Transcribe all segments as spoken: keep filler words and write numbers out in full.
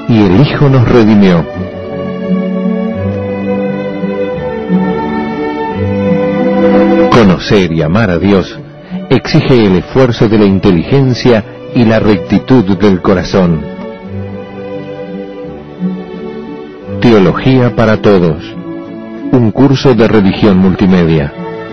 y el Hijo nos redimió. Conocer y amar a Dios exige el esfuerzo de la inteligencia y la rectitud del corazón. Teología para Todos, un curso de religión multimedia.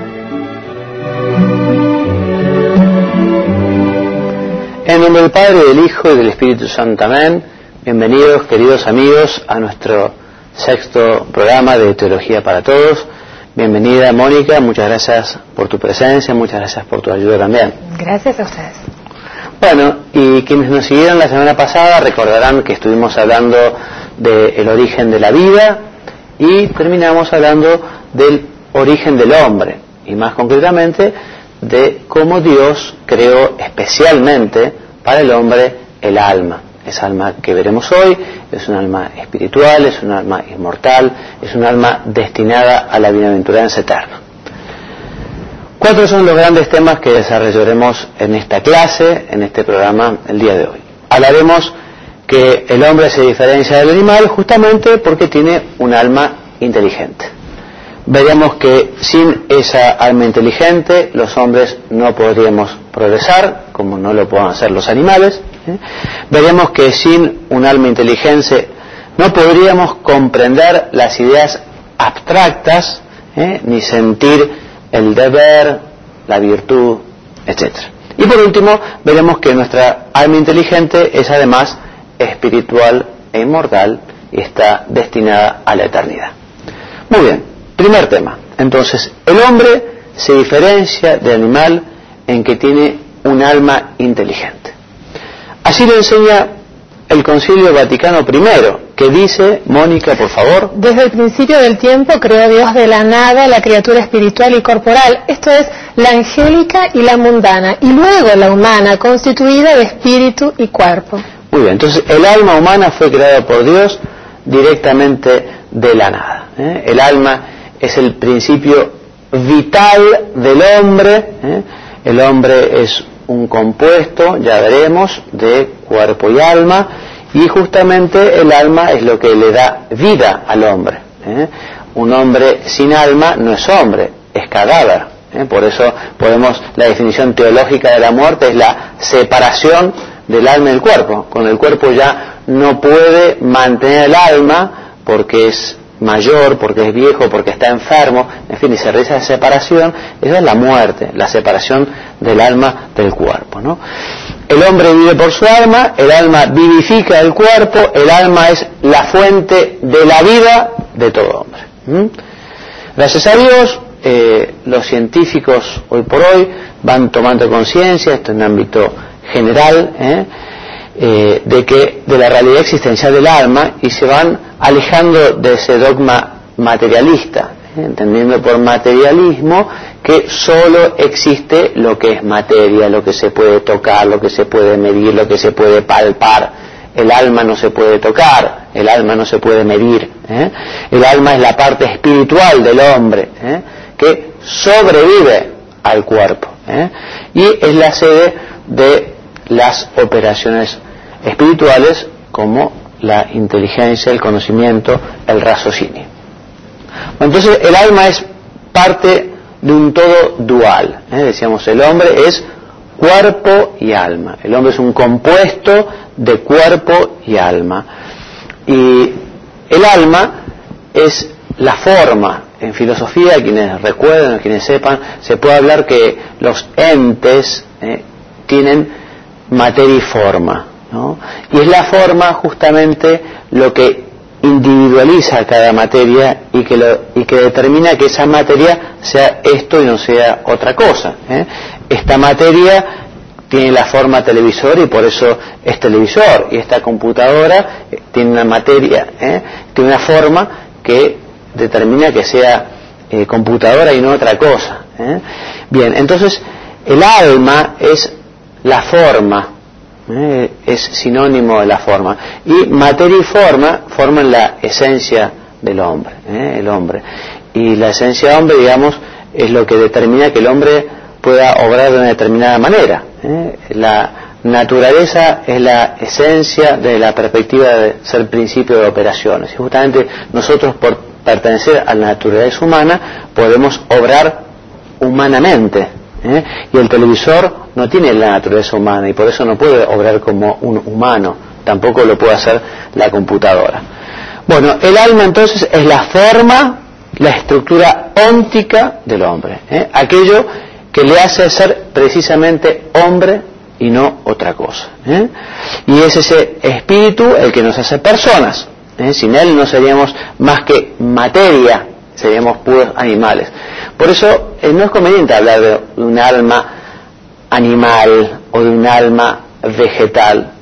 En nombre del Padre, del Hijo y del Espíritu Santo. Amén. Bienvenidos, queridos amigos, a nuestro sexto programa de Teología para Todos. Bienvenida, Mónica, muchas gracias por tu presencia, muchas gracias por tu ayuda también. Gracias a ustedes. Bueno, y quienes nos siguieron la semana pasada recordarán que estuvimos hablando del origen de la vida y terminamos hablando del origen del hombre, y más concretamente de cómo Dios creó especialmente para el hombre el alma. Esa alma que veremos hoy es un alma espiritual, es un alma inmortal, es un alma destinada a la bienaventuranza eterna. Cuatro son los grandes temas que desarrollaremos en esta clase, en este programa, el día de hoy. Hablaremos que el hombre se diferencia del animal justamente porque tiene un alma inteligente. Veremos que sin esa alma inteligente los hombres no podríamos progresar, como no lo pueden hacer los animales. ¿eh? Veremos que sin un alma inteligente no podríamos comprender las ideas abstractas, ¿eh? ni sentir el deber, la virtud, etcétera. Y por último, veremos que nuestra alma inteligente es además espiritual e inmortal y está destinada a la eternidad. Muy bien. Primer tema. Entonces, el hombre se diferencia del animal en que tiene un alma inteligente. Así lo enseña el Concilio Vaticano primero, que dice, Mónica, por favor. Desde el principio del tiempo creó Dios de la nada la criatura espiritual y corporal, esto es, la angélica y la mundana, y luego la humana, constituida de espíritu y cuerpo. Muy bien, entonces el alma humana fue creada por Dios directamente de la nada. ¿eh? El alma es el principio vital del hombre. ¿eh? El hombre es un compuesto, ya veremos, de cuerpo y alma, y justamente el alma es lo que le da vida al hombre. ¿eh? Un hombre sin alma no es hombre, es cadáver. ¿eh? Por eso podemos, la definición teológica de la muerte es la separación del alma y del cuerpo. Con el cuerpo ya no puede mantener el alma porque es mayor, porque es viejo, porque está enfermo, en fin, y se realiza esa separación. Esa es la muerte, la separación del alma del cuerpo, ¿no? El hombre vive por su alma, el alma vivifica el cuerpo, el alma es la fuente de la vida de todo hombre. ¿Mm? Gracias a Dios, eh, los científicos hoy por hoy van tomando conciencia, esto en un ámbito general, ¿eh? Eh, de que de la realidad existencial del alma, y se van alejando de ese dogma materialista, ¿eh? entendiendo por materialismo que solo existe lo que es materia, lo que se puede tocar, lo que se puede medir, lo que se puede palpar. El alma no se puede tocar, el alma no se puede medir. ¿eh? El alma es la parte espiritual del hombre, ¿eh? que sobrevive al cuerpo, ¿eh? y es la sede de las operaciones espirituales como la inteligencia, el conocimiento, el raciocinio. Entonces el alma es parte de un todo dual. ¿eh? Decíamos, el hombre es cuerpo y alma. El hombre es un compuesto de cuerpo y alma. Y el alma es la forma. En filosofía, quienes recuerden, quienes sepan, se puede hablar que los entes ¿eh? tienen materia y forma, ¿no? Y es la forma justamente lo que individualiza cada materia y que, lo, y que determina que esa materia sea esto y no sea otra cosa. ¿eh? Esta materia tiene la forma televisor y por eso es televisor, y esta computadora tiene una materia, ¿eh? tiene una forma que determina que sea eh, computadora y no otra cosa. ¿eh? Bien, entonces el alma es la forma, ¿eh? es sinónimo de la forma, y materia y forma forman la esencia del hombre, ¿eh? el hombre, y la esencia hombre, digamos, es lo que determina que el hombre pueda obrar de una determinada manera. ¿eh? La naturaleza es la esencia de la perspectiva de ser principio de operaciones. Y justamente nosotros, por pertenecer a la naturaleza humana, podemos obrar humanamente. ¿eh? Y el televisor no tiene la naturaleza humana y por eso no puede obrar como un humano. Tampoco lo puede hacer la computadora. Bueno, el alma entonces es la forma, la estructura óntica del hombre. ¿eh? Aquello que le hace ser precisamente hombre y no otra cosa. ¿eh? Y es ese espíritu el que nos hace personas. ¿eh? Sin él no seríamos más que materia, seríamos puros animales. Por eso eh, no es conveniente hablar de un alma animal o de un alma vegetal.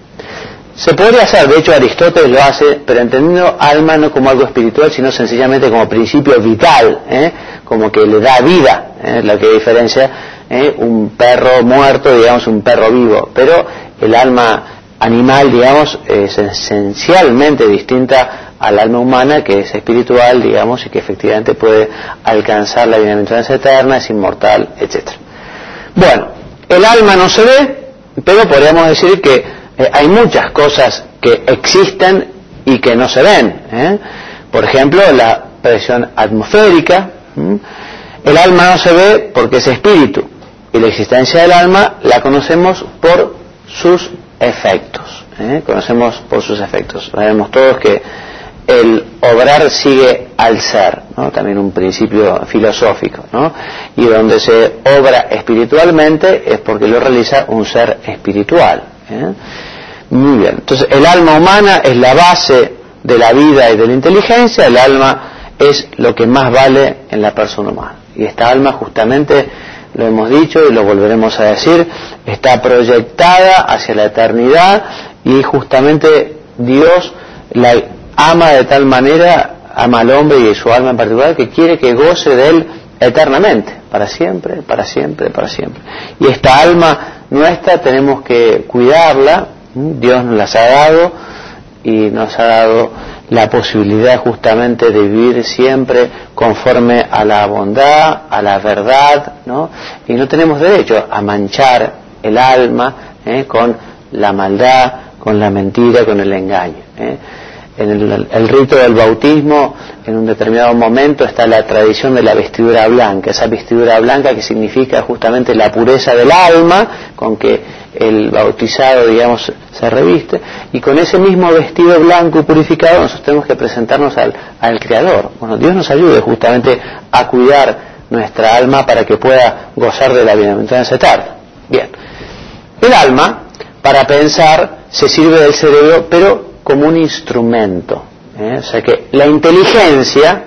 Se podría hacer, de hecho Aristóteles lo hace, pero entendiendo alma no como algo espiritual, sino sencillamente como principio vital, ¿eh? como que le da vida, ¿eh? lo que diferencia ¿eh? un perro muerto, digamos, un perro vivo. Pero el alma animal, digamos, es esencialmente distinta al alma humana, que es espiritual, digamos, y que efectivamente puede alcanzar la bienaventuranza eterna, es inmortal, etcétera. Bueno, el alma no se ve, pero podríamos decir que Eh, hay muchas cosas que existen y que no se ven. ¿eh? Por ejemplo, la presión atmosférica. ¿eh? El alma no se ve porque es espíritu. Y la existencia del alma la conocemos por sus efectos. ¿eh? Conocemos por sus efectos. Sabemos todos que el obrar sigue al ser, ¿no? También un principio filosófico, ¿no? Y donde se obra espiritualmente es porque lo realiza un ser espiritual. ¿eh? Muy bien, entonces el alma humana es la base de la vida y de la inteligencia. El alma es lo que más vale en la persona humana, y esta alma, justamente lo hemos dicho y lo volveremos a decir, está proyectada hacia la eternidad, y justamente Dios la ama de tal manera, ama al hombre y su alma en particular, que quiere que goce de él eternamente, para siempre, para siempre, para siempre. Y esta alma nuestra tenemos que cuidarla. Dios nos las ha dado y nos ha dado la posibilidad justamente de vivir siempre conforme a la bondad, a la verdad, ¿no? Y no tenemos derecho a manchar el alma ¿eh? con la maldad, con la mentira, con el engaño. ¿eh? En el, el rito del bautismo, en un determinado momento, está la tradición de la vestidura blanca, esa vestidura blanca que significa justamente la pureza del alma, con que el bautizado, digamos, se reviste, y con ese mismo vestido blanco y purificado nosotros tenemos que presentarnos al, al Creador. Bueno, Dios nos ayude justamente a cuidar nuestra alma para que pueda gozar de la bienaventuranza eterna. Bien, el alma, para pensar, se sirve del cerebro, pero como un instrumento. ¿eh? O sea que la inteligencia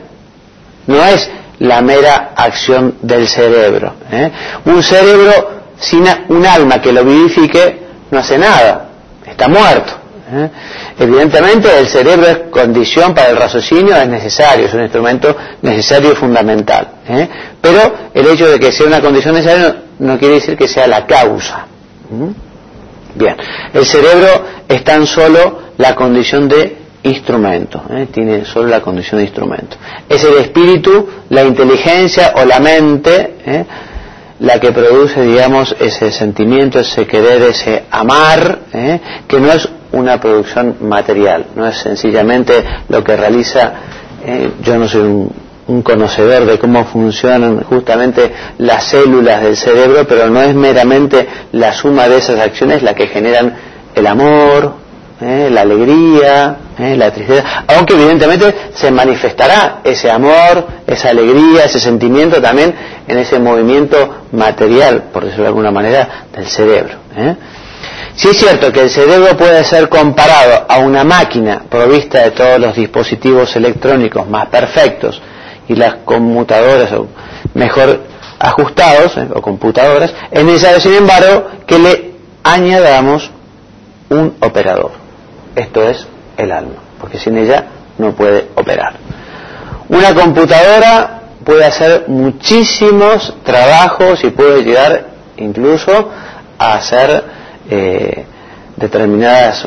no es la mera acción del cerebro. ¿eh? Un cerebro sin un alma que lo vivifique no hace nada, está muerto. ¿eh? Evidentemente el cerebro es condición para el raciocinio, es necesario, es un instrumento necesario y fundamental. ¿eh? Pero el hecho de que sea una condición necesaria no, no quiere decir que sea la causa. ¿eh? Bien, el cerebro es tan solo la condición de instrumento, ¿eh? tiene solo la condición de instrumento. Es el espíritu, la inteligencia o la mente, ¿eh? la que produce, digamos, ese sentimiento, ese querer, ese amar, ¿eh? que no es una producción material, no es sencillamente lo que realiza, eh, yo no soy un, un conocedor de cómo funcionan justamente las células del cerebro, pero no es meramente la suma de esas acciones la que generan el amor, ¿eh? la alegría, ¿eh? la tristeza, aunque evidentemente se manifestará ese amor, esa alegría, ese sentimiento también en ese movimiento material, por decirlo de alguna manera, del cerebro. ¿eh? Sí es cierto que el cerebro puede ser comparado a una máquina provista de todos los dispositivos electrónicos más perfectos y las conmutadoras o mejor ajustados, ¿eh? o computadoras. Es necesario, sin embargo, que le añadamos un operador. Esto es el alma, porque sin ella no puede operar. Una computadora puede hacer muchísimos trabajos y puede llegar incluso a hacer eh, determinadas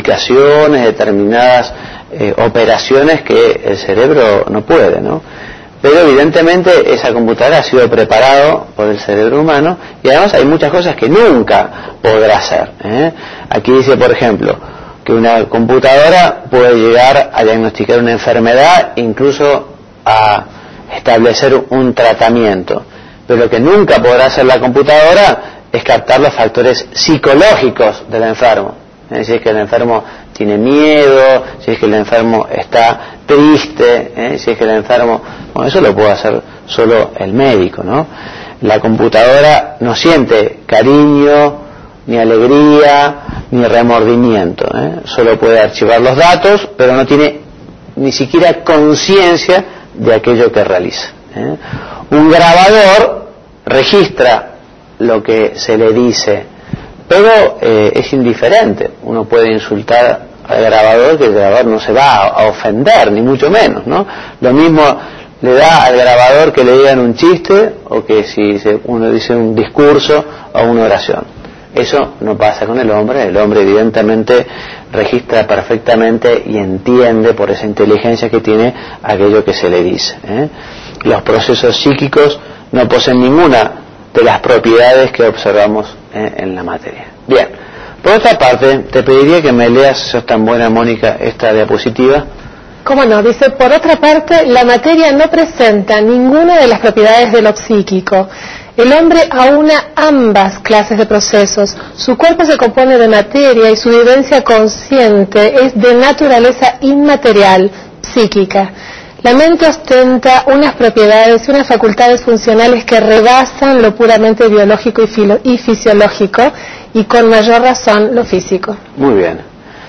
multiplicaciones, determinadas eh, operaciones que el cerebro no puede, ¿no? pero evidentemente esa computadora ha sido preparada por el cerebro humano y además hay muchas cosas que nunca podrá hacer. ¿eh? Aquí dice, por ejemplo, que una computadora puede llegar a diagnosticar una enfermedad, incluso a establecer un tratamiento, pero lo que nunca podrá hacer la computadora es captar los factores psicológicos del enfermo. ¿eh? Si es que el enfermo tiene miedo, si es que el enfermo está triste, ¿eh? si es que el enfermo... Bueno, eso lo puede hacer solo el médico, ¿no? La computadora no siente cariño, ni alegría, ni remordimiento, ¿eh? Solo puede archivar los datos, pero no tiene ni siquiera conciencia de aquello que realiza. ¿eh? Un grabador registra lo que se le dice, pero eh, es indiferente. Uno puede insultar al grabador, que el grabador no se va a, a ofender, ni mucho menos, ¿no? Lo mismo le da al grabador que le digan un chiste o que si se, uno dice un discurso o una oración. Eso no pasa con el hombre. El hombre evidentemente registra perfectamente y entiende por esa inteligencia que tiene aquello que se le dice. ¿eh? Los procesos psíquicos no poseen ninguna de las propiedades que observamos ¿eh? en la materia. Bien, por otra parte, te pediría que me leas, si sos tan buena, Mónica, esta diapositiva. ¿Cómo no? Dice, por otra parte, la materia no presenta ninguna de las propiedades de lo psíquico. El hombre aúna ambas clases de procesos. Su cuerpo se compone de materia y su vivencia consciente es de naturaleza inmaterial, psíquica. La mente ostenta unas propiedades y unas facultades funcionales que rebasan lo puramente biológico y, filo- y fisiológico, y con mayor razón lo físico. Muy bien.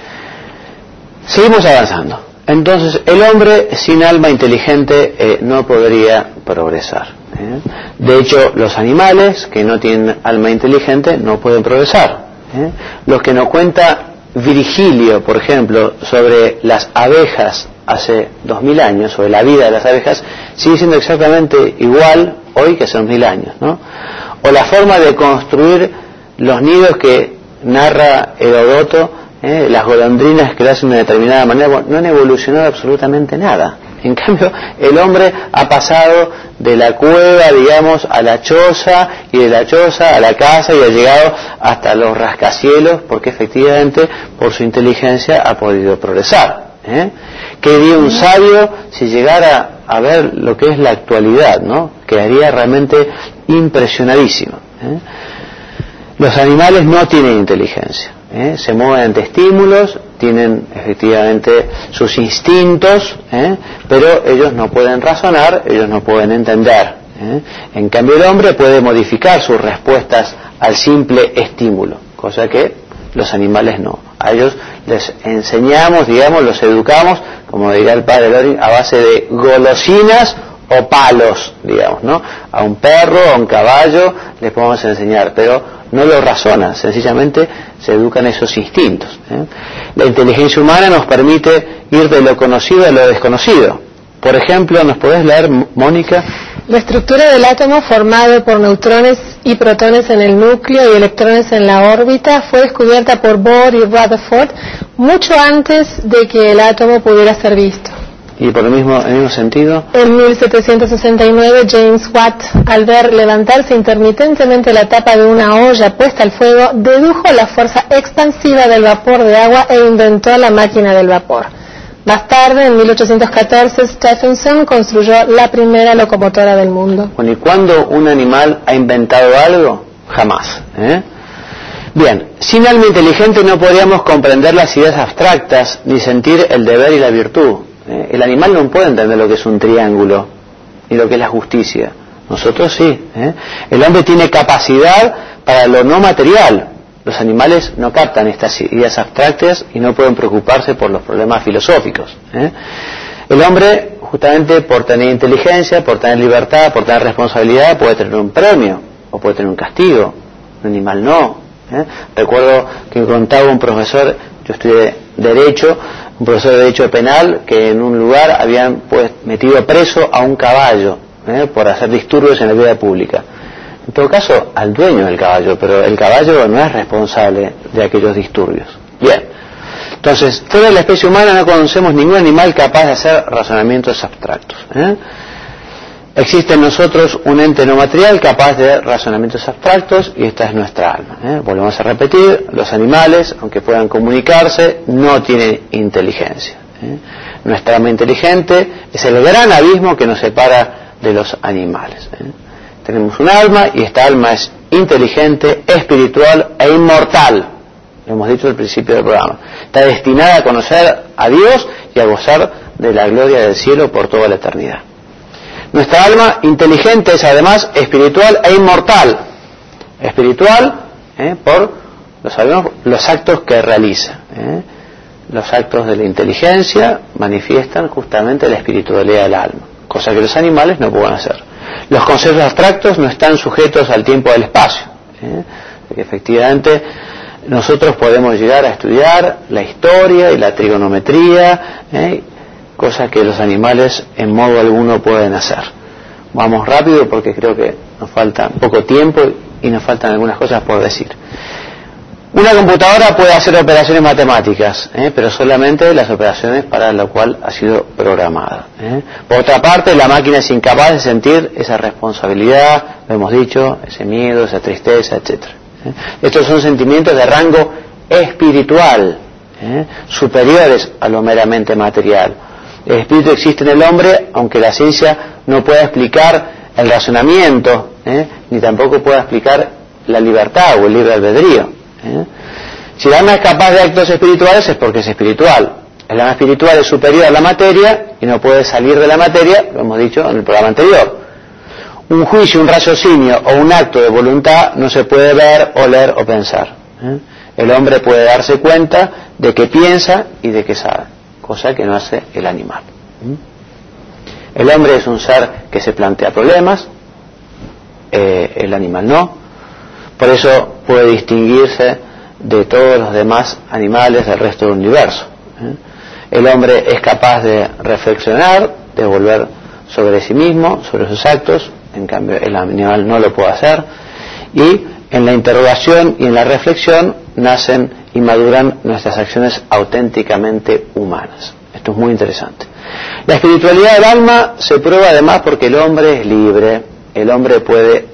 Seguimos avanzando. Entonces, el hombre sin alma inteligente eh, no podría progresar. ¿eh? De hecho, los animales que no tienen alma inteligente no pueden progresar. ¿eh? Los que nos cuenta Virgilio, por ejemplo, sobre las abejas hace dos mil años, sobre la vida de las abejas, sigue siendo exactamente igual hoy que hace dos mil años, ¿no? O la forma de construir los nidos que narra Heródoto, ¿eh? las golondrinas que lo hacen de una determinada manera, bueno, no han evolucionado absolutamente nada. En cambio, el hombre ha pasado de la cueva, digamos, a la choza, y de la choza a la casa, y ha llegado hasta los rascacielos, porque efectivamente, por su inteligencia, ha podido progresar. ¿eh? ¿Qué diría un sabio si llegara a ver lo que es la actualidad, ¿no? Quedaría realmente impresionadísimo. ¿eh? Los animales no tienen inteligencia. ¿eh? Se mueven ante estímulos, tienen efectivamente sus instintos, ¿eh? pero ellos no pueden razonar, ellos no pueden entender. ¿eh? En cambio, el hombre puede modificar sus respuestas al simple estímulo, cosa que los animales no. A ellos les enseñamos, digamos, los educamos, como diría el padre Loring, a base de golosinas o palos, digamos, ¿no? A un perro, a un caballo, les podemos enseñar, pero no lo razonan, sencillamente se educan esos instintos. ¿eh? La inteligencia humana nos permite ir de lo conocido a lo desconocido. Por ejemplo, ¿nos podés leer, Mónica? La estructura del átomo, formado por neutrones y protones en el núcleo y electrones en la órbita, fue descubierta por Bohr y Rutherford mucho antes de que el átomo pudiera ser visto. Y por el mismo, en el mismo sentido. En mil setecientos sesenta y nueve, James Watt, al ver levantarse intermitentemente la tapa de una olla puesta al fuego, dedujo la fuerza expansiva del vapor de agua e inventó la máquina del vapor. Más tarde, en mil ochocientos catorce, Stephenson construyó la primera locomotora del mundo. Bueno, ¿y cuándo un animal ha inventado algo? Jamás. ¿eh? Bien, sin alma inteligente no podríamos comprender las ideas abstractas ni sentir el deber y la virtud. ¿eh? El animal no puede entender lo que es un triángulo y lo que es la justicia. Nosotros sí. ¿eh? El hombre tiene capacidad para lo no material. Los animales no captan estas ideas abstractas y no pueden preocuparse por los problemas filosóficos. ¿eh? El hombre, justamente por tener inteligencia, por tener libertad, por tener responsabilidad, puede tener un premio o puede tener un castigo. Un animal no. ¿eh? Recuerdo que contaba un profesor, yo estudié Derecho, un profesor de Derecho Penal, que en un lugar habían pues, metido preso a un caballo ¿eh? por hacer disturbios en la vida pública. En todo caso, al dueño del caballo, pero el caballo no es responsable de aquellos disturbios. Bien, entonces, fuera de la especie humana no conocemos ningún animal capaz de hacer razonamientos abstractos. ¿eh? existe en nosotros un ente no material capaz de razonamientos abstractos y esta es nuestra alma. ¿eh? Volvemos a repetir, los animales, aunque puedan comunicarse, no tienen inteligencia. ¿eh? Nuestra alma inteligente es el gran abismo que nos separa de los animales. ¿eh? Tenemos un alma y esta alma es inteligente, espiritual e inmortal. Lo hemos dicho al principio del programa. Está destinada a conocer a Dios y a gozar de la gloria del cielo por toda la eternidad. Nuestra alma inteligente es además espiritual e inmortal. Espiritual ¿eh? por lo sabemos, los actos que realiza. ¿eh? Los actos de la inteligencia manifiestan justamente la espiritualidad del alma, cosa que los animales no pueden hacer. Los conceptos abstractos no están sujetos al tiempo del espacio. ¿eh? Porque efectivamente nosotros podemos llegar a estudiar la historia y la trigonometría, ¿eh? cosa que los animales en modo alguno pueden hacer. Vamos rápido porque creo que nos falta poco tiempo y nos faltan algunas cosas por decir. Una computadora puede hacer operaciones matemáticas, ¿eh? pero solamente las operaciones para lo cual ha sido programada. ¿eh? Por otra parte, la máquina es incapaz de sentir esa responsabilidad, lo hemos dicho, ese miedo, esa tristeza, etcétera. ¿eh? Estos son sentimientos de rango espiritual, ¿eh? superiores a lo meramente material. El espíritu existe en el hombre, aunque la ciencia no pueda explicar el razonamiento, ¿eh? ni tampoco pueda explicar la libertad o el libre albedrío. ¿Eh? Si el alma es capaz de actos espirituales es porque es espiritual. El alma espiritual es superior a la materia y no puede salir de la materia, lo hemos dicho en el programa anterior. Un juicio, un raciocinio o un acto de voluntad no se puede ver, oler o pensar. ¿eh? El hombre puede darse cuenta de que piensa y de que sabe, cosa que no hace el animal. ¿eh? El hombre es un ser que se plantea problemas, eh, el animal no. Por eso puede distinguirse de todos los demás animales del resto del universo. ¿eh? El hombre es capaz de reflexionar, de volver sobre sí mismo, sobre sus actos, en cambio el animal no lo puede hacer, y en la interrogación y en la reflexión nacen y maduran nuestras acciones auténticamente humanas. Esto es muy interesante. La espiritualidad del alma se prueba además porque el hombre es libre, el hombre puede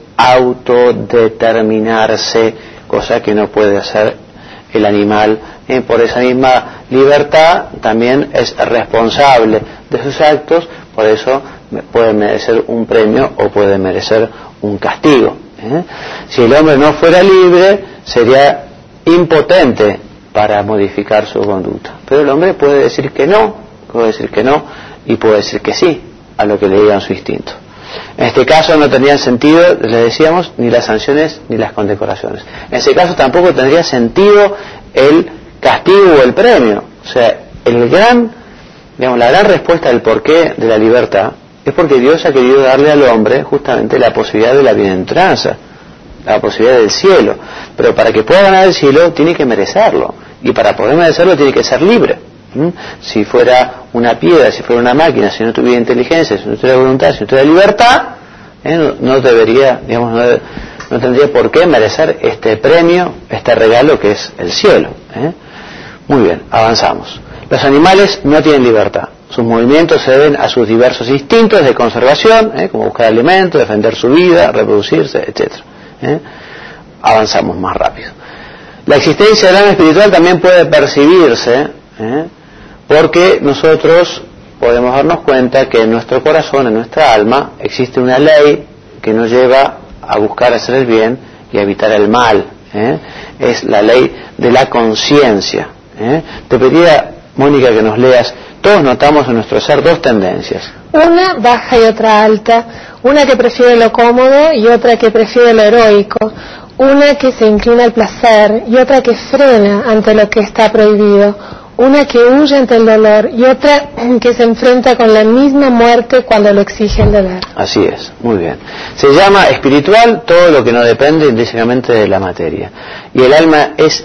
autodeterminarse, cosa que no puede hacer el animal. Eh, por esa misma libertad también es responsable de sus actos, por eso puede merecer un premio o puede merecer un castigo. ¿eh? Si el hombre no fuera libre, sería impotente para modificar su conducta. Pero el hombre puede decir que no, puede decir que no y puede decir que sí a lo que le digan su instinto. En este caso no tendrían sentido, les decíamos, ni las sanciones ni las condecoraciones. En ese caso tampoco tendría sentido el castigo o el premio. O sea, el gran, digamos, la gran respuesta del porqué de la libertad es porque Dios ha querido darle al hombre justamente la posibilidad de la bienaventuranza, la posibilidad del cielo. Pero para que pueda ganar el cielo tiene que merecerlo. Y para poder merecerlo tiene que ser libre. ¿Mm? Si fuera una piedra, si fuera una máquina, si no tuviera inteligencia, si no tuviera voluntad, si no tuviera libertad, ¿eh? no, no debería, digamos, no, no tendría por qué merecer este premio, este regalo que es el cielo. ¿eh? Muy bien, avanzamos. Los animales no tienen libertad. Sus movimientos se deben a sus diversos instintos de conservación, ¿eh? como buscar alimento, defender su vida, reproducirse, etcétera. ¿eh? Avanzamos más rápido. La existencia del alma espiritual también puede percibirse, ¿eh? porque nosotros podemos darnos cuenta que en nuestro corazón, en nuestra alma, existe una ley que nos lleva a buscar hacer el bien y a evitar el mal. ¿eh? Es la ley de la conciencia. ¿eh? Te pediría, Mónica, que nos leas. Todos notamos en nuestro ser dos tendencias. Una baja y otra alta, una que prefiere lo cómodo y otra que prefiere lo heroico, una que se inclina al placer y otra que frena ante lo que está prohibido, una que huye ante el dolor y otra que se enfrenta con la misma muerte cuando lo exige el deber. Así es, muy bien. Se llama espiritual todo lo que no depende intrínsecamente de la materia. Y el alma es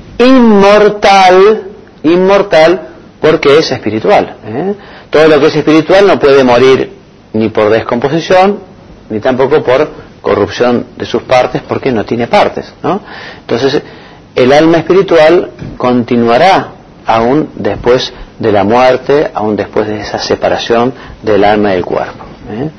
inmortal, inmortal porque es espiritual. ¿eh? Todo lo que es espiritual no puede morir ni por descomposición, ni tampoco por corrupción de sus partes, porque no tiene partes, ¿no? Entonces, el alma espiritual continuará aún después de la muerte, aún después de esa separación del alma y del cuerpo. ¿eh?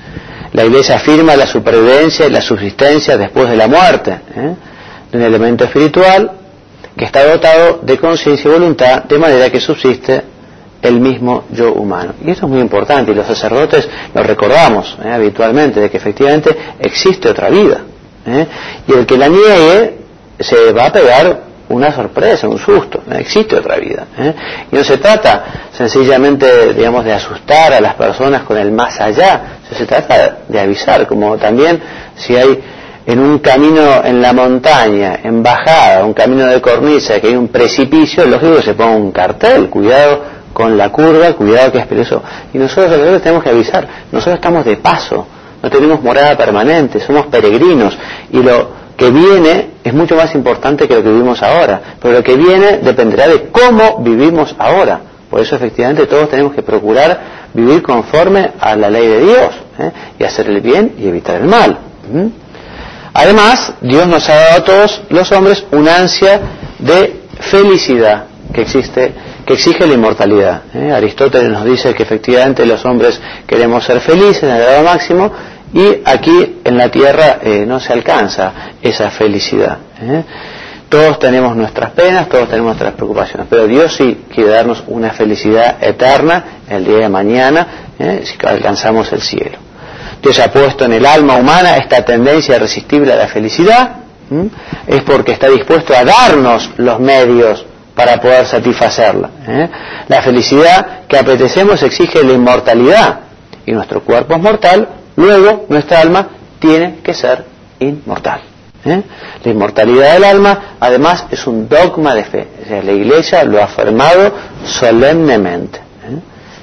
La Iglesia afirma la supervivencia y la subsistencia después de la muerte, ¿eh? de un elemento espiritual que está dotado de conciencia y voluntad, de manera que subsiste el mismo yo humano. Y esto es muy importante, y los sacerdotes lo recordamos ¿eh? habitualmente, de que efectivamente existe otra vida. ¿eh? Y el que la niegue se va a pegar una sorpresa, un susto. ¿eh? Existe otra vida. ¿eh? Y no se trata sencillamente, digamos, de asustar a las personas con el más allá, se trata de avisar, como también si hay en un camino en la montaña, en bajada, un camino de cornisa, que hay un precipicio, lógico que se ponga un cartel, cuidado con la curva, cuidado que es peligroso. Y nosotros los sacerdotes tenemos que avisar, nosotros estamos de paso, no tenemos morada permanente, somos peregrinos, y lo que viene es mucho más importante que lo que vivimos ahora, pero lo que viene dependerá de cómo vivimos ahora. Por eso efectivamente todos tenemos que procurar vivir conforme a la ley de Dios, ¿eh? y hacer el bien y evitar el mal. ¿Mm? Además, Dios nos ha dado a todos los hombres una ansia de felicidad que existe, que exige la inmortalidad. ¿eh? Aristóteles nos dice que efectivamente los hombres queremos ser felices en el grado máximo, y aquí en la tierra eh, no se alcanza esa felicidad. ¿eh? Todos tenemos nuestras penas, todos tenemos nuestras preocupaciones, pero Dios sí quiere darnos una felicidad eterna el día de mañana, ¿eh? si alcanzamos el cielo. Dios ha puesto en el alma humana esta tendencia irresistible a la felicidad, ¿eh? es porque está dispuesto a darnos los medios para poder satisfacerla. ¿eh? La felicidad que apetecemos exige la inmortalidad, y nuestro cuerpo es mortal, luego nuestra alma tiene que ser inmortal. ¿eh? La inmortalidad del alma, además, es un dogma de fe. O sea, la Iglesia lo ha afirmado solemnemente. ¿eh?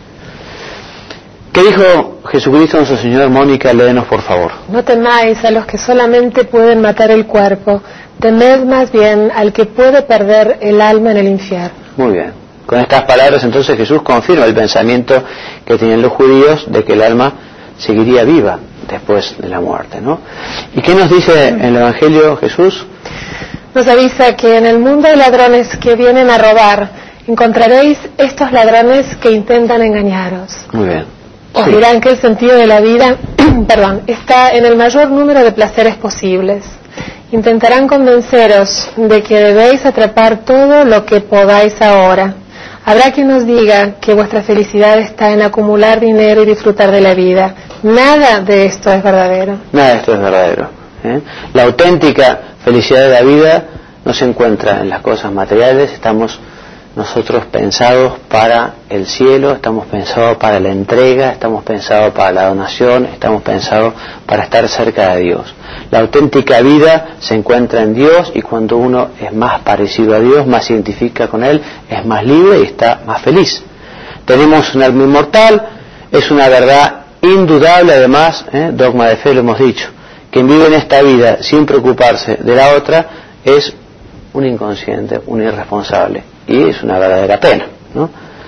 ¿Qué dijo Jesucristo nuestro Señor? Mónica, léenos por favor. No temáis a los que solamente pueden matar el cuerpo, temed más bien al que puede perder el alma en el infierno. Muy bien. Con estas palabras entonces Jesús confirma el pensamiento que tenían los judíos de que el alma seguiría viva después de la muerte, ¿no? ¿Y qué nos dice en el Evangelio Jesús? Nos avisa que en el mundo de ladrones que vienen a robar, encontraréis estos ladrones que intentan engañaros. Muy bien. Os Sí. dirán que el sentido de la vida perdón, está en el mayor número de placeres posibles. Intentarán convenceros de que debéis atrapar todo lo que podáis ahora. Habrá quien os diga que vuestra felicidad está en acumular dinero y disfrutar de la vida. Nada de esto es verdadero. Nada de esto es verdadero. ¿eh? La auténtica felicidad de la vida no se encuentra en las cosas materiales. Estamos nosotros pensados para el cielo, estamos pensados para la entrega, estamos pensados para la donación, estamos pensados para estar cerca de Dios. La auténtica vida se encuentra en Dios, y cuando uno es más parecido a Dios, más se identifica con Él, es más libre y está más feliz. Tenemos un alma inmortal, es una verdad indudable, además, ¿eh? dogma de fe, lo hemos dicho. Quien vive en esta vida sin preocuparse de la otra es un inconsciente, un irresponsable, y es una verdadera pena, ¿no?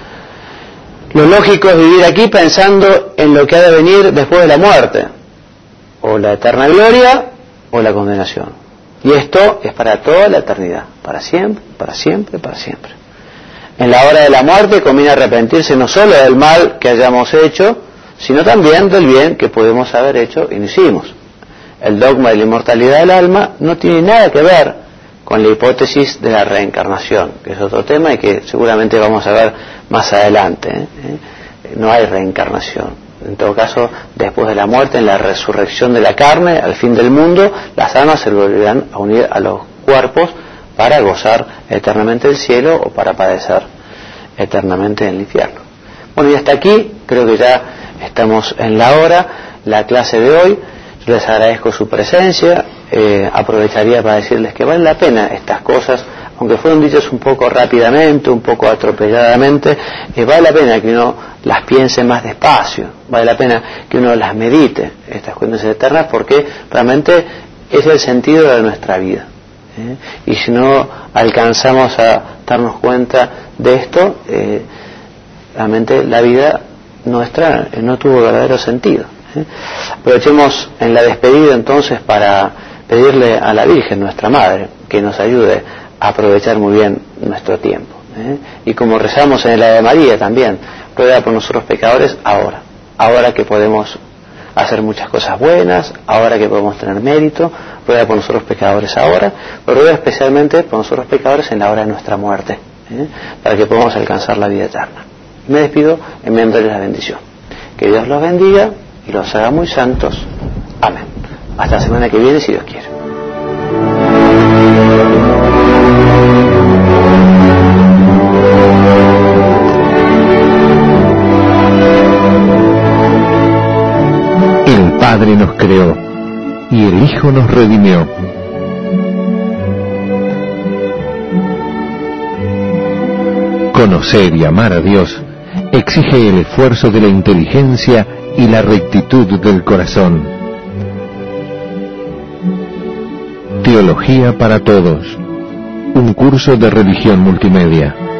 Lo lógico es vivir aquí pensando en lo que ha de venir después de la muerte, o la eterna gloria o la condenación. Y esto es para toda la eternidad, para siempre, para siempre, para siempre. En la hora de la muerte conviene arrepentirse no solo del mal que hayamos hecho, sino también del bien que podemos haber hecho y no hicimos. El dogma de la inmortalidad del alma no tiene nada que ver con la hipótesis de la reencarnación, que es otro tema y que seguramente vamos a ver más adelante. ¿eh? No hay reencarnación. En todo caso, después de la muerte, en la resurrección de la carne, al fin del mundo, las almas se volverán a unir a los cuerpos para gozar eternamente el cielo o para padecer eternamente en el infierno. Bueno, y hasta aquí creo que ya estamos en la hora, la clase de hoy. Yo les agradezco su presencia, eh, aprovecharía para decirles que vale la pena estas cosas, aunque fueron dichas un poco rápidamente, un poco atropelladamente, eh, vale la pena que uno las piense más despacio, vale la pena que uno las medite, estas cuestiones eternas, porque realmente es el sentido de nuestra vida. ¿eh? Y si no alcanzamos a darnos cuenta de esto, eh, realmente la vida nuestra no tuvo verdadero sentido. ¿eh? Aprovechemos en la despedida entonces para pedirle a la Virgen, nuestra Madre, que nos ayude a aprovechar muy bien nuestro tiempo. ¿eh? Y como rezamos en el Ave María también, ruega por nosotros pecadores ahora, ahora que podemos hacer muchas cosas buenas, ahora que podemos tener mérito, ruega por nosotros pecadores ahora, pero ruega especialmente por nosotros pecadores en la hora de nuestra muerte, ¿eh? para que podamos alcanzar la vida eterna. Me despido enviándoles la bendición. Que Dios los bendiga y los haga muy santos. Amén. Hasta la semana que viene, si Dios quiere. El Padre nos creó y el Hijo nos redimió. Conocer y amar a Dios exige el esfuerzo de la inteligencia y la rectitud del corazón. Teología para Todos, un curso de religión multimedia.